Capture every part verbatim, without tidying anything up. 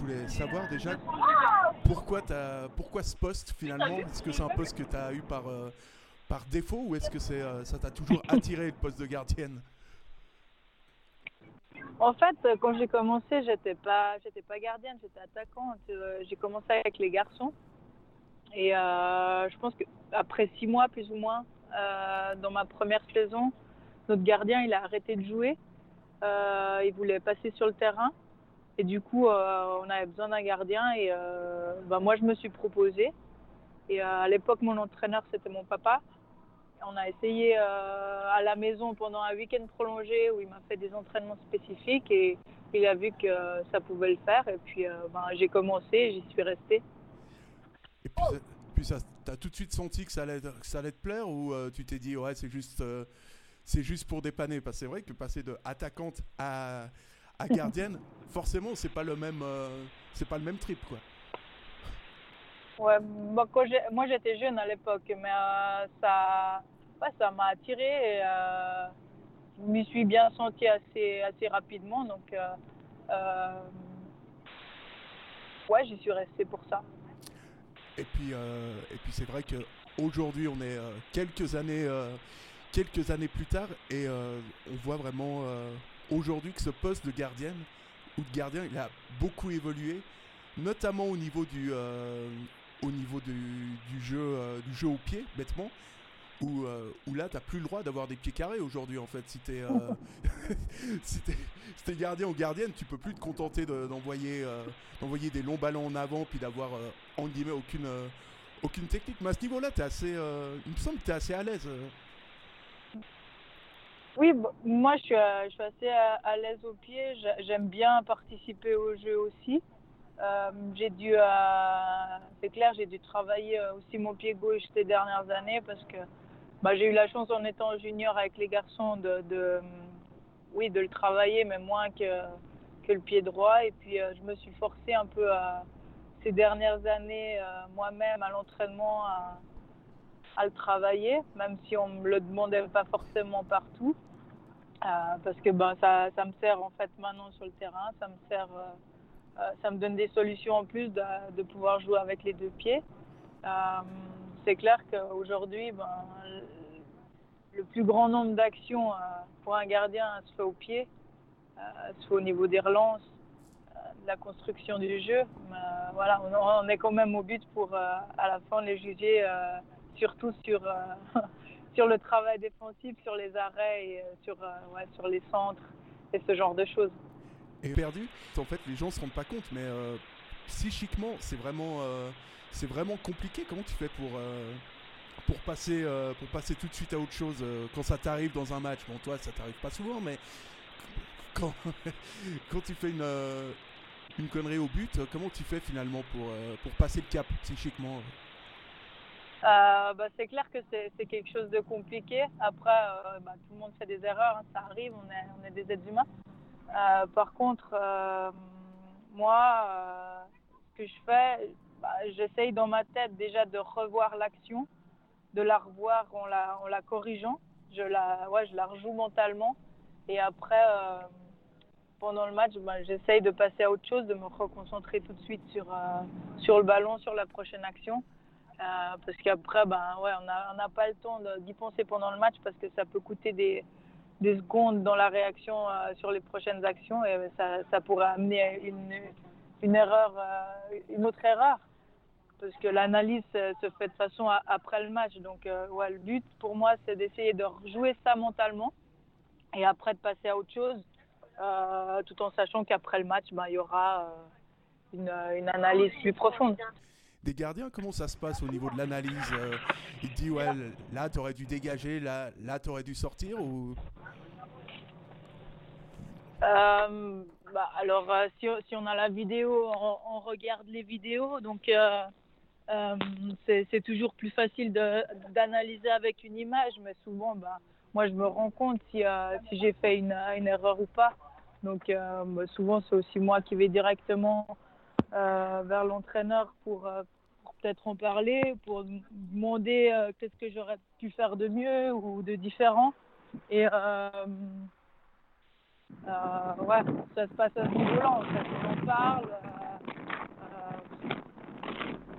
voulais savoir déjà pourquoi, t'as, pourquoi ce poste finalement. Est-ce que c'est un poste que tu as eu par, euh, par défaut ou est-ce que c'est, euh, ça t'a toujours attiré le poste de gardienne? En fait, euh, quand j'ai commencé, j'étais pas, j'étais pas gardienne, j'étais attaquante. Euh, j'ai commencé avec les garçons et euh, je pense que après six mois plus ou moins, euh, dans ma première saison, notre gardien il a arrêté de jouer. Euh, il voulait passer sur le terrain et du coup, euh, on avait besoin d'un gardien et euh, bah, moi je me suis proposée. Et euh, à l'époque, mon entraîneur c'était mon papa. On a essayé euh, à la maison pendant un week-end prolongé où il m'a fait des entraînements spécifiques et il a vu que ça pouvait le faire. Et puis euh, ben, j'ai commencé et j'y suis restée. Et puis, ça- puis ça, t'as tout de suite senti que ça allait, que ça allait te plaire ou euh, tu t'es dit ouais c'est juste, euh, c'est juste pour dépanner? Parce que c'est vrai que passer de attaquante à, à gardienne, forcément c'est pas le même, euh, c'est pas le même trip quoi. Ouais, bon, quand j'ai, moi j'étais jeune à l'époque, mais euh, ça, ouais, ça m'a attirée et euh, je m'y suis bien sentie assez, assez rapidement. Donc, euh, euh, ouais, j'y suis restée pour ça. Et puis, euh, et puis c'est vrai que aujourd'hui on est euh, quelques années, euh, quelques années plus tard et euh, on voit vraiment euh, aujourd'hui que ce poste de gardienne ou de gardien il a beaucoup évolué, notamment au niveau du, euh, au niveau du, du jeu, euh, du jeu au pied, bêtement. Où, euh, où là, t'as plus le droit d'avoir des pieds carrés aujourd'hui, en fait. Si t'es, euh, si t'es, si t'es gardien ou gardienne, tu peux plus te contenter de- d'envoyer, euh, d'envoyer des longs ballons en avant, puis d'avoir, euh, en guillemets, aucune, euh, aucune technique. Mais à ce niveau-là, t'es assez, euh, il me semble que t'es assez à l'aise. euh. Oui, bon, moi je suis, euh, je suis assez à, à l'aise au pied. J'a- J'aime bien participer au jeu aussi. Euh, j'ai dû, euh, c'est clair, j'ai dû travailler euh, aussi mon pied gauche ces dernières années parce que bah, j'ai eu la chance en étant junior avec les garçons de, de oui, de le travailler, mais moins que, que le pied droit. Et puis euh, je me suis forcée un peu à, ces dernières années euh, moi-même à l'entraînement à, à le travailler, même si on me le demandait pas forcément partout. Euh, parce que ben, ça, ça me sert en fait maintenant sur le terrain, ça me sert, euh, euh, ça me donne des solutions en plus de, de pouvoir jouer avec les deux pieds. Euh, c'est clair qu'aujourd'hui, ben, le plus grand nombre d'actions euh, pour un gardien se fait au pied, euh, se fait au niveau des relances, euh, de la construction du jeu. Mais, euh, voilà, on, on, est quand même au but pour euh, à la fin les juger, euh, surtout sur euh, sur le travail défensif, sur les arrêts, et, euh, sur euh, ouais, sur les centres et ce genre de choses. Et perdu, en fait, les gens se rendent pas compte, mais euh, psychiquement, c'est vraiment, euh, c'est vraiment compliqué. Comment tu fais pour, euh, pour passer, euh, pour passer tout de suite à autre chose euh, quand ça t'arrive dans un match? Bon, toi, ça t'arrive pas souvent, mais quand, quand tu fais une, euh, une connerie au but, euh, comment tu fais finalement pour, euh, pour passer le cap psychiquement? Euh, bah, c'est clair que c'est, c'est quelque chose de compliqué. Après, euh, bah, tout le monde fait des erreurs, hein, ça arrive, on est, on est des êtres humains. Euh, par contre, euh, moi, euh, ce que je fais, bah, j'essaye dans ma tête déjà de revoir l'action, de la revoir en la, en la corrigeant. Je la, ouais, je la rejoue mentalement. Et après, euh, pendant le match, bah, j'essaye de passer à autre chose, de me reconcentrer tout de suite sur, euh, sur le ballon, sur la prochaine action. Euh, parce qu'après, ben, ouais, on n'a on a pas le temps de, d'y penser pendant le match parce que ça peut coûter des, des secondes dans la réaction euh, sur les prochaines actions et ça, ça pourrait amener une, une erreur, euh, une autre erreur. Parce que l'analyse euh, se fait de façon à, après le match. Donc, euh, ouais, le but pour moi, c'est d'essayer de rejouer ça mentalement et après de passer à autre chose, euh, tout en sachant qu'après le match, ben, il y aura euh, une, une analyse plus profonde. Des gardiens, comment ça se passe au niveau de l'analyse? euh, Il te dit, ouais, là, t'aurais dû dégager, là, là t'aurais dû sortir ou... Euh, bah, alors, euh, si, si on a la vidéo, on, on regarde les vidéos. Donc, euh, euh, c'est, c'est toujours plus facile de, d'analyser avec une image. Mais souvent, bah, moi, je me rends compte si, euh, si j'ai fait une, une erreur ou pas. Donc, euh, bah, souvent, c'est aussi moi qui vais directement euh, vers l'entraîneur pour, euh, pour peut-être en parler, pour demander euh, qu'est-ce que j'aurais pu faire de mieux ou de différent. Et... Euh, Euh, ouais, ça se passe à ce niveau-là, en fait. On en parle. Euh,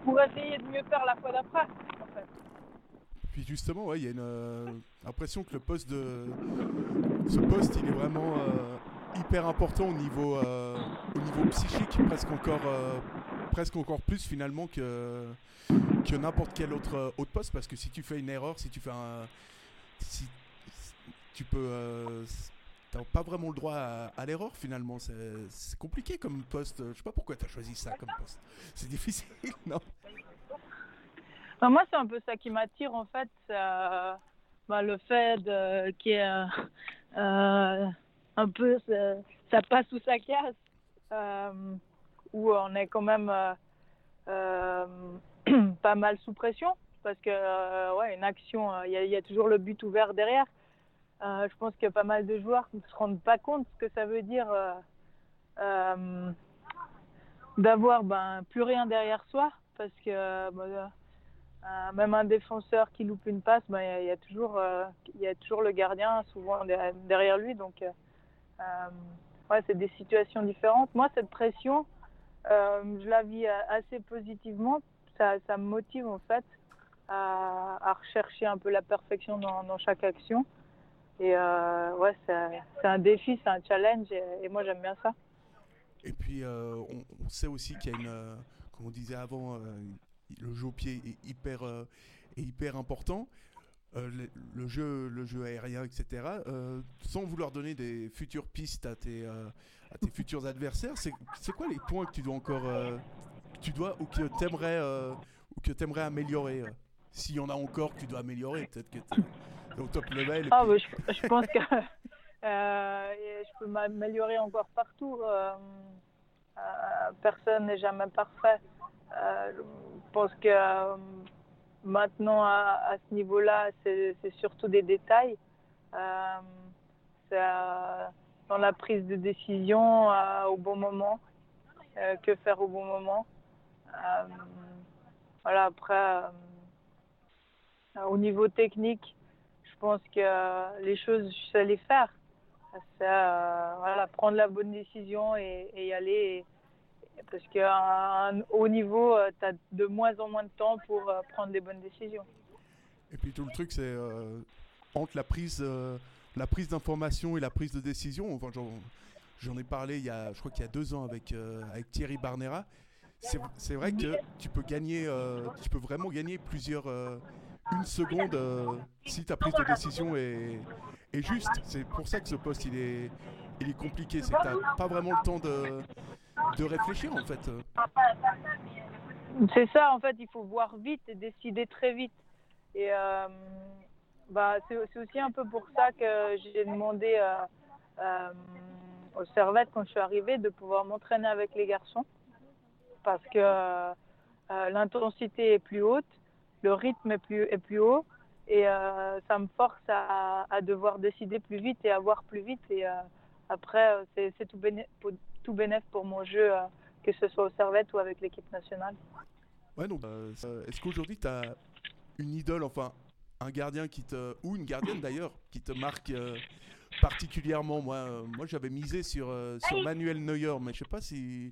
pour essayer de mieux faire la fois d'après, en fait. Puis justement, ouais, il y a une euh, impression que le poste de ce poste, il est vraiment euh, hyper important au niveau euh, au niveau psychique, presque encore euh, presque encore plus finalement que que n'importe quel autre euh, autre poste, parce que si tu fais une erreur, si tu fais un si tu peux euh, t'as pas vraiment le droit à, à l'erreur finalement. C'est, c'est compliqué comme poste. Je sais pas pourquoi tu as choisi ça comme poste. C'est difficile, non? Enfin, moi, c'est un peu ça qui m'attire, en fait. Euh, bah, le fait de, qu'il y ait euh, euh, un peu ça, ça passe ou ça casse, euh, où on est quand même euh, euh, pas mal sous pression, parce que euh, ouais, une action, il euh, y, y a toujours le but ouvert derrière. Euh, je pense qu'il y a pas mal de joueurs qui ne se rendent pas compte ce que ça veut dire euh, euh, d'avoir ben, plus rien derrière soi, parce que ben, euh, même un défenseur qui loupe une passe, ben, y, a, y, a toujours, euh, y a toujours le gardien souvent derrière lui. Donc, euh, ouais, c'est des situations différentes. Moi, cette pression, euh, je la vis assez positivement. Ça, ça me motive en fait à, à rechercher un peu la perfection dans, dans chaque action. Et euh, ouais, c'est, c'est un défi, c'est un challenge, et, et moi j'aime bien ça. Et puis euh, on, on sait aussi qu'il y a une, euh, comme on disait avant, euh, le jeu au pied est hyper, euh, est hyper important. Euh, le, le jeu, le jeu aérien, et cetera. Euh, sans vouloir donner des futures pistes à tes, euh, à tes futurs adversaires, c'est, c'est quoi les points que tu dois encore, euh, que tu dois ou que t'aimerais, euh, ou que t'aimerais améliorer, euh, s'il y en a encore que tu dois améliorer, peut-être que t'es au top level. Ah, puis... bah, je, je pense que euh, je peux m'améliorer encore partout. Euh, euh, personne n'est jamais parfait. Euh, je pense que euh, maintenant, à, à ce niveau-là, c'est, c'est surtout des détails. Euh, c'est euh, dans la prise de décision euh, au bon moment, euh, que faire au bon moment. Euh, voilà, après, euh, au niveau technique, je pense que euh, les choses, je sais les faire. C'est euh, voilà, prendre la bonne décision et, et y aller. Et, parce qu'à un haut niveau, euh, tu as de moins en moins de temps pour euh, prendre les bonnes décisions. Et puis tout le truc, c'est euh, entre la prise, euh, la prise d'information et la prise de décision. Enfin, j'en, j'en ai parlé il y a, je crois qu'il y a deux ans avec, euh, avec Thierry Barnera. C'est, c'est vrai que tu peux gagner, euh, tu peux vraiment gagner plusieurs, euh, une seconde euh, si ta prise de décision est, est juste. C'est pour ça que ce poste il est, il est compliqué. C'est que tu n'as pas vraiment le temps de, de réfléchir en fait. C'est ça, en fait, il faut voir vite et décider très vite. Et euh, bah, c'est, c'est aussi un peu pour ça que j'ai demandé euh, euh, aux Servette, quand je suis arrivée, de pouvoir m'entraîner avec les garçons. Parce que euh, l'intensité est plus haute, le rythme est plus, est plus haut, et euh, ça me force à, à devoir décider plus vite et à voir plus vite. Et euh, après, c'est, c'est tout, béné- pour, tout bénéf pour mon jeu, euh, que ce soit au Servette ou avec l'équipe nationale. Ouais, donc, euh, est-ce qu'aujourd'hui, tu as une idole, enfin, un gardien qui te, ou une gardienne d'ailleurs, qui te marque euh, particulièrement? Moi, euh, moi, j'avais misé sur, euh, sur Manuel Neuer, mais je sais pas si...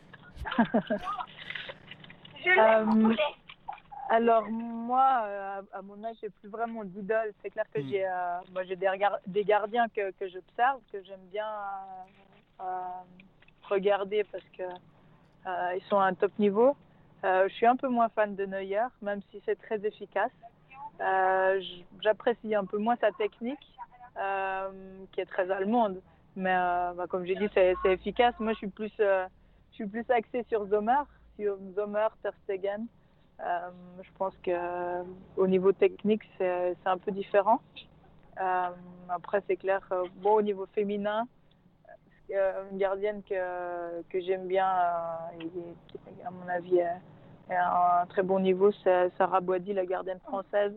euh, alors moi, euh, à mon âge, j'ai plus vraiment d'idole. C'est clair que mm. j'ai, euh, moi, j'ai des, regard- des gardiens que, que j'observe, que j'aime bien euh, euh, regarder parce que euh, ils sont à un top niveau. Euh, je suis un peu moins fan de Neuer, même si c'est très efficace. Euh, j'apprécie un peu moins sa technique, euh, qui est très allemande. Mais euh, bah, comme j'ai dit, c'est, c'est efficace. Moi, je suis plus, euh, je suis plus axée sur Sommer, sur Sommer, Ter Stegen. Euh, je pense que euh, au niveau technique, c'est, c'est un peu différent. Euh, après, c'est clair. Euh, bon, au niveau féminin, euh, une gardienne que que j'aime bien, euh, et qui, à mon avis, est, est à un très bon niveau, c'est Sarah Boidi, la gardienne française.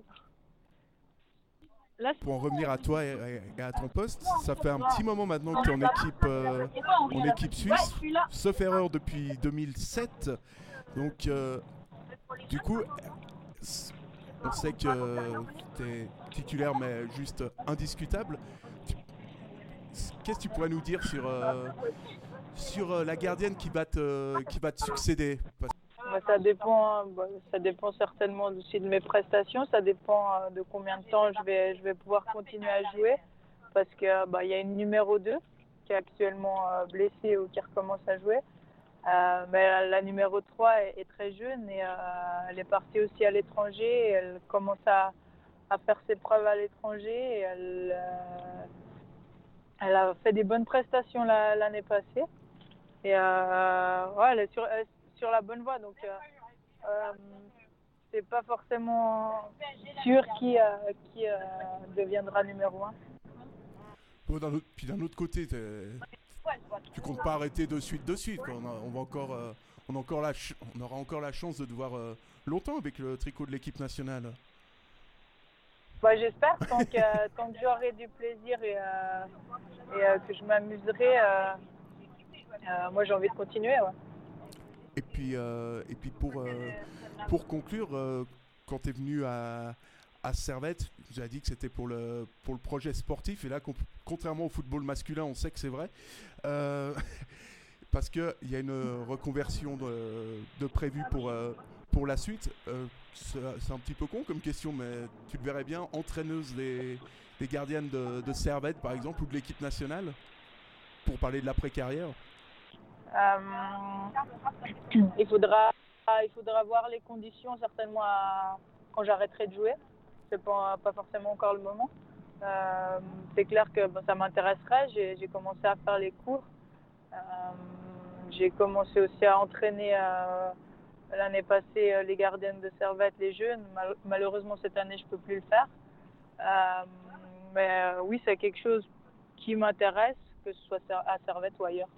Là, pour en revenir à toi et, et à ton poste, ça fait un petit moment maintenant que tu es en équipe, euh, en équipe suisse, sauf erreur depuis deux mille sept. Donc, euh, du coup, on sait que tu es titulaire, mais juste indiscutable. Tu, qu'est-ce que tu pourrais nous dire sur, euh, sur la gardienne qui va te, qui va te succéder? Parce... Bah, ça dépend, bah, ça dépend certainement aussi de mes prestations. Ça dépend euh, de combien de temps je vais, je vais pouvoir continuer à jouer. Parce que bah, il y a une numéro deux qui est actuellement euh, blessée ou qui recommence à jouer. Euh, mais la, la numéro trois est, est très jeune et euh, elle est partie aussi à l'étranger. Et elle commence à, à faire ses preuves à l'étranger. Et elle, euh, elle a fait des bonnes prestations la, l'année passée. Et euh, ouais, elle est sur, elle est sur la bonne voie. Donc, euh, euh, c'est pas forcément sûr qui, euh, qui euh, deviendra numéro un. Bon, d'un autre- puis d'un autre côté, t'es- tu comptes pas arrêter de suite de suite. Quoi. On, a- on va encore, euh, on, a encore la ch- on aura encore la chance de te voir euh, longtemps avec le tricot de l'équipe nationale. Bah, j'espère, tant que, tant que j'aurai du plaisir et, euh, et euh, que je m'amuserai, euh, euh, moi j'ai envie de continuer. Ouais. Et puis, euh, et puis pour, euh, pour conclure, euh, quand tu es venu à, à Servette, tu as dit que c'était pour le, pour le projet sportif. Et là, com- contrairement au football masculin, on sait que c'est vrai. Euh, parce qu'il y a une reconversion de, de prévue pour, euh, pour la suite. Euh, c'est, c'est un petit peu con comme question, mais tu te verrais bien entraîneuse des, des gardiennes de, de Servette, par exemple, ou de l'équipe nationale, pour parler de l'après-carrière. Euh, il, faudra, il faudra voir les conditions certainement à, quand j'arrêterai de jouer. C'est pas, pas forcément encore le moment. Euh, c'est clair que bon, ça m'intéresserait. J'ai, j'ai commencé à faire les cours. Euh, j'ai commencé aussi à entraîner euh, l'année passée euh, les gardiennes de Servette, les jeunes. Mal- malheureusement cette année je peux plus le faire. Euh, mais euh, oui, c'est quelque chose qui m'intéresse, que ce soit à Servette ou ailleurs.